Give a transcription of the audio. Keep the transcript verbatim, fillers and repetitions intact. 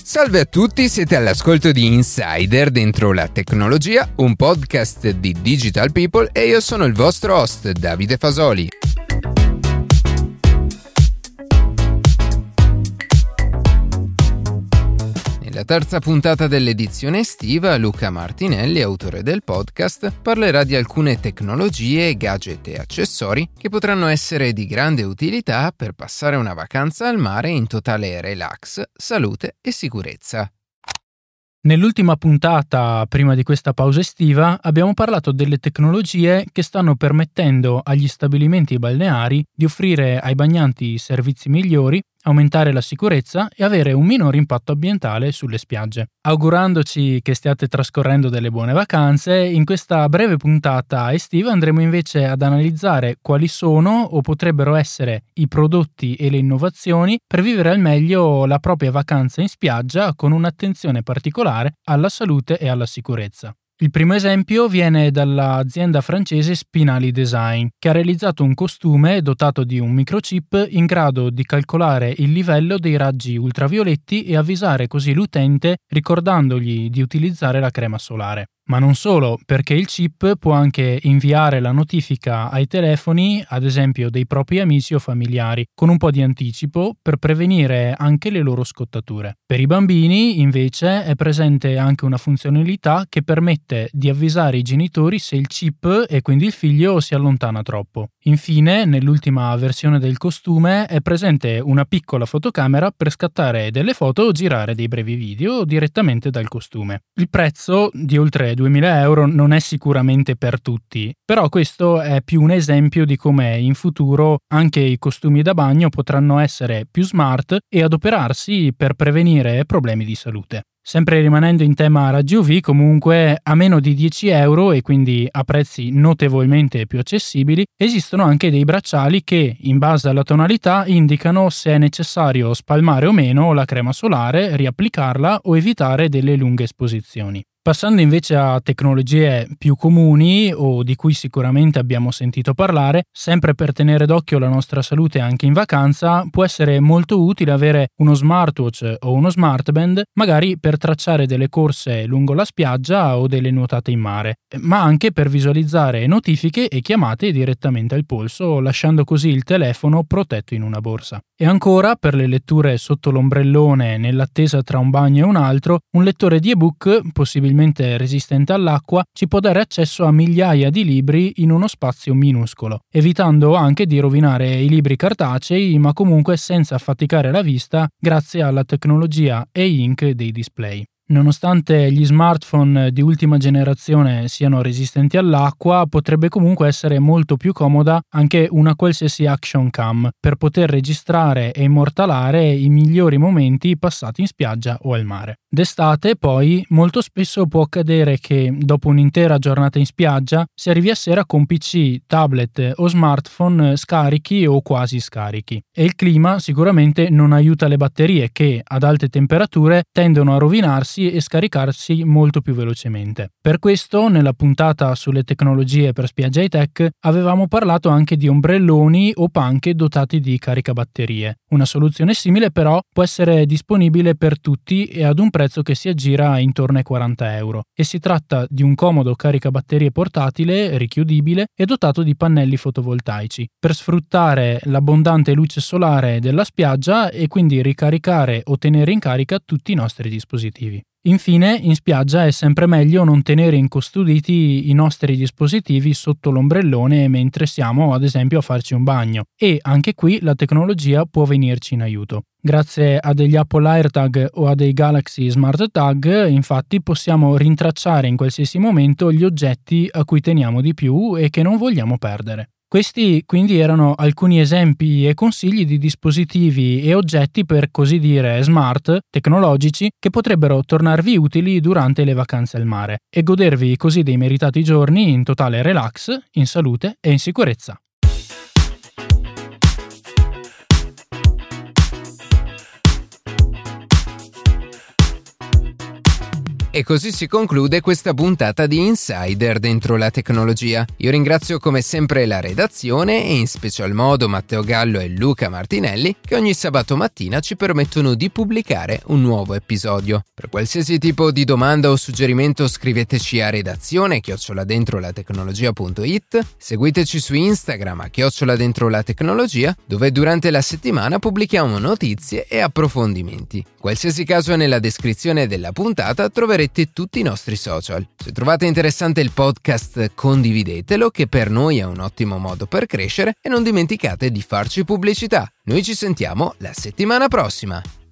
Salve a tutti, siete all'ascolto di Insider dentro la tecnologia, un podcast di Digital People e io sono il vostro host Davide Fasoli. Nella terza puntata dell'edizione estiva, Luca Martinelli, autore del podcast, parlerà di alcune tecnologie, gadget e accessori che potranno essere di grande utilità per passare una vacanza al mare in totale relax, salute e sicurezza. Nell'ultima puntata, prima di questa pausa estiva, abbiamo parlato delle tecnologie che stanno permettendo agli stabilimenti balneari di offrire ai bagnanti servizi migliori, aumentare la sicurezza e avere un minor impatto ambientale sulle spiagge. Augurandoci che stiate trascorrendo delle buone vacanze, in questa breve puntata estiva andremo invece ad analizzare quali sono o potrebbero essere i prodotti e le innovazioni per vivere al meglio la propria vacanza in spiaggia con un'attenzione particolare alla salute e alla sicurezza. Il primo esempio viene dall'azienda francese Spinali Design, che ha realizzato un costume dotato di un microchip in grado di calcolare il livello dei raggi ultravioletti e avvisare così l'utente ricordandogli di utilizzare la crema solare. Ma non solo, perché il chip può anche inviare la notifica ai telefoni, ad esempio dei propri amici o familiari, con un po' di anticipo per prevenire anche le loro scottature. Per i bambini, invece, è presente anche una funzionalità che permette di avvisare i genitori se il chip e quindi il figlio si allontana troppo. Infine, nell'ultima versione del costume è presente una piccola fotocamera per scattare delle foto o girare dei brevi video direttamente dal costume. Il prezzo di oltre duemila euro non è sicuramente per tutti, però questo è più un esempio di come in futuro anche i costumi da bagno potranno essere più smart e adoperarsi per prevenire problemi di salute. Sempre rimanendo in tema raggi U V, comunque a meno di dieci euro e quindi a prezzi notevolmente più accessibili, esistono anche dei bracciali che, in base alla tonalità, indicano se è necessario spalmare o meno la crema solare, riapplicarla o evitare delle lunghe esposizioni. Passando invece a tecnologie più comuni o di cui sicuramente abbiamo sentito parlare, sempre per tenere d'occhio la nostra salute anche in vacanza, può essere molto utile avere uno smartwatch o uno smartband, magari per tracciare delle corse lungo la spiaggia o delle nuotate in mare, ma anche per visualizzare notifiche e chiamate direttamente al polso, lasciando così il telefono protetto in una borsa. E ancora, per le letture sotto l'ombrellone nell'attesa tra un bagno e un altro, un lettore di ebook, possibilmente resistente all'acqua, ci può dare accesso a migliaia di libri in uno spazio minuscolo, evitando anche di rovinare i libri cartacei, ma comunque senza affaticare la vista grazie alla tecnologia e-ink dei display. Nonostante gli smartphone di ultima generazione siano resistenti all'acqua, potrebbe comunque essere molto più comoda anche una qualsiasi action cam per poter registrare e immortalare i migliori momenti passati in spiaggia o al mare. D'estate, poi, molto spesso può accadere che dopo un'intera giornata in spiaggia si arrivi a sera con P C, tablet o smartphone scarichi o quasi scarichi. E il clima sicuramente non aiuta le batterie che, ad alte temperature, tendono a rovinarsi e scaricarsi molto più velocemente. Per questo, nella puntata sulle tecnologie per spiaggia high-tech, avevamo parlato anche di ombrelloni o panche dotati di caricabatterie. Una soluzione simile però può essere disponibile per tutti e ad un prezzo che si aggira intorno ai quaranta euro, e si tratta di un comodo caricabatterie portatile, richiudibile e dotato di pannelli fotovoltaici, per sfruttare l'abbondante luce solare della spiaggia e quindi ricaricare o tenere in carica tutti i nostri dispositivi. Infine, in spiaggia è sempre meglio non tenere incustoditi i nostri dispositivi sotto l'ombrellone mentre siamo, ad esempio, a farci un bagno, e anche qui la tecnologia può venirci in aiuto. Grazie a degli Apple AirTag o a dei Galaxy Smart Tag, infatti, possiamo rintracciare in qualsiasi momento gli oggetti a cui teniamo di più e che non vogliamo perdere. Questi quindi erano alcuni esempi e consigli di dispositivi e oggetti per così dire smart, tecnologici, che potrebbero tornarvi utili durante le vacanze al mare e godervi così dei meritati giorni in totale relax, in salute e in sicurezza. E così si conclude questa puntata di Insider dentro la tecnologia. Io ringrazio come sempre la redazione e in special modo Matteo Gallo e Luca Martinelli che ogni sabato mattina ci permettono di pubblicare un nuovo episodio. Per qualsiasi tipo di domanda o suggerimento scriveteci a redazione chiocciola dentro la tecnologia punto it, seguiteci su Instagram a chiocciola dentro la tecnologia, dove durante la settimana pubblichiamo notizie e approfondimenti. Qualsiasi caso è nella descrizione della puntata troverete tutti i nostri social. Se trovate interessante il podcast, condividetelo, che per noi è un ottimo modo per crescere, e non dimenticate di farci pubblicità. Noi ci sentiamo la settimana prossima.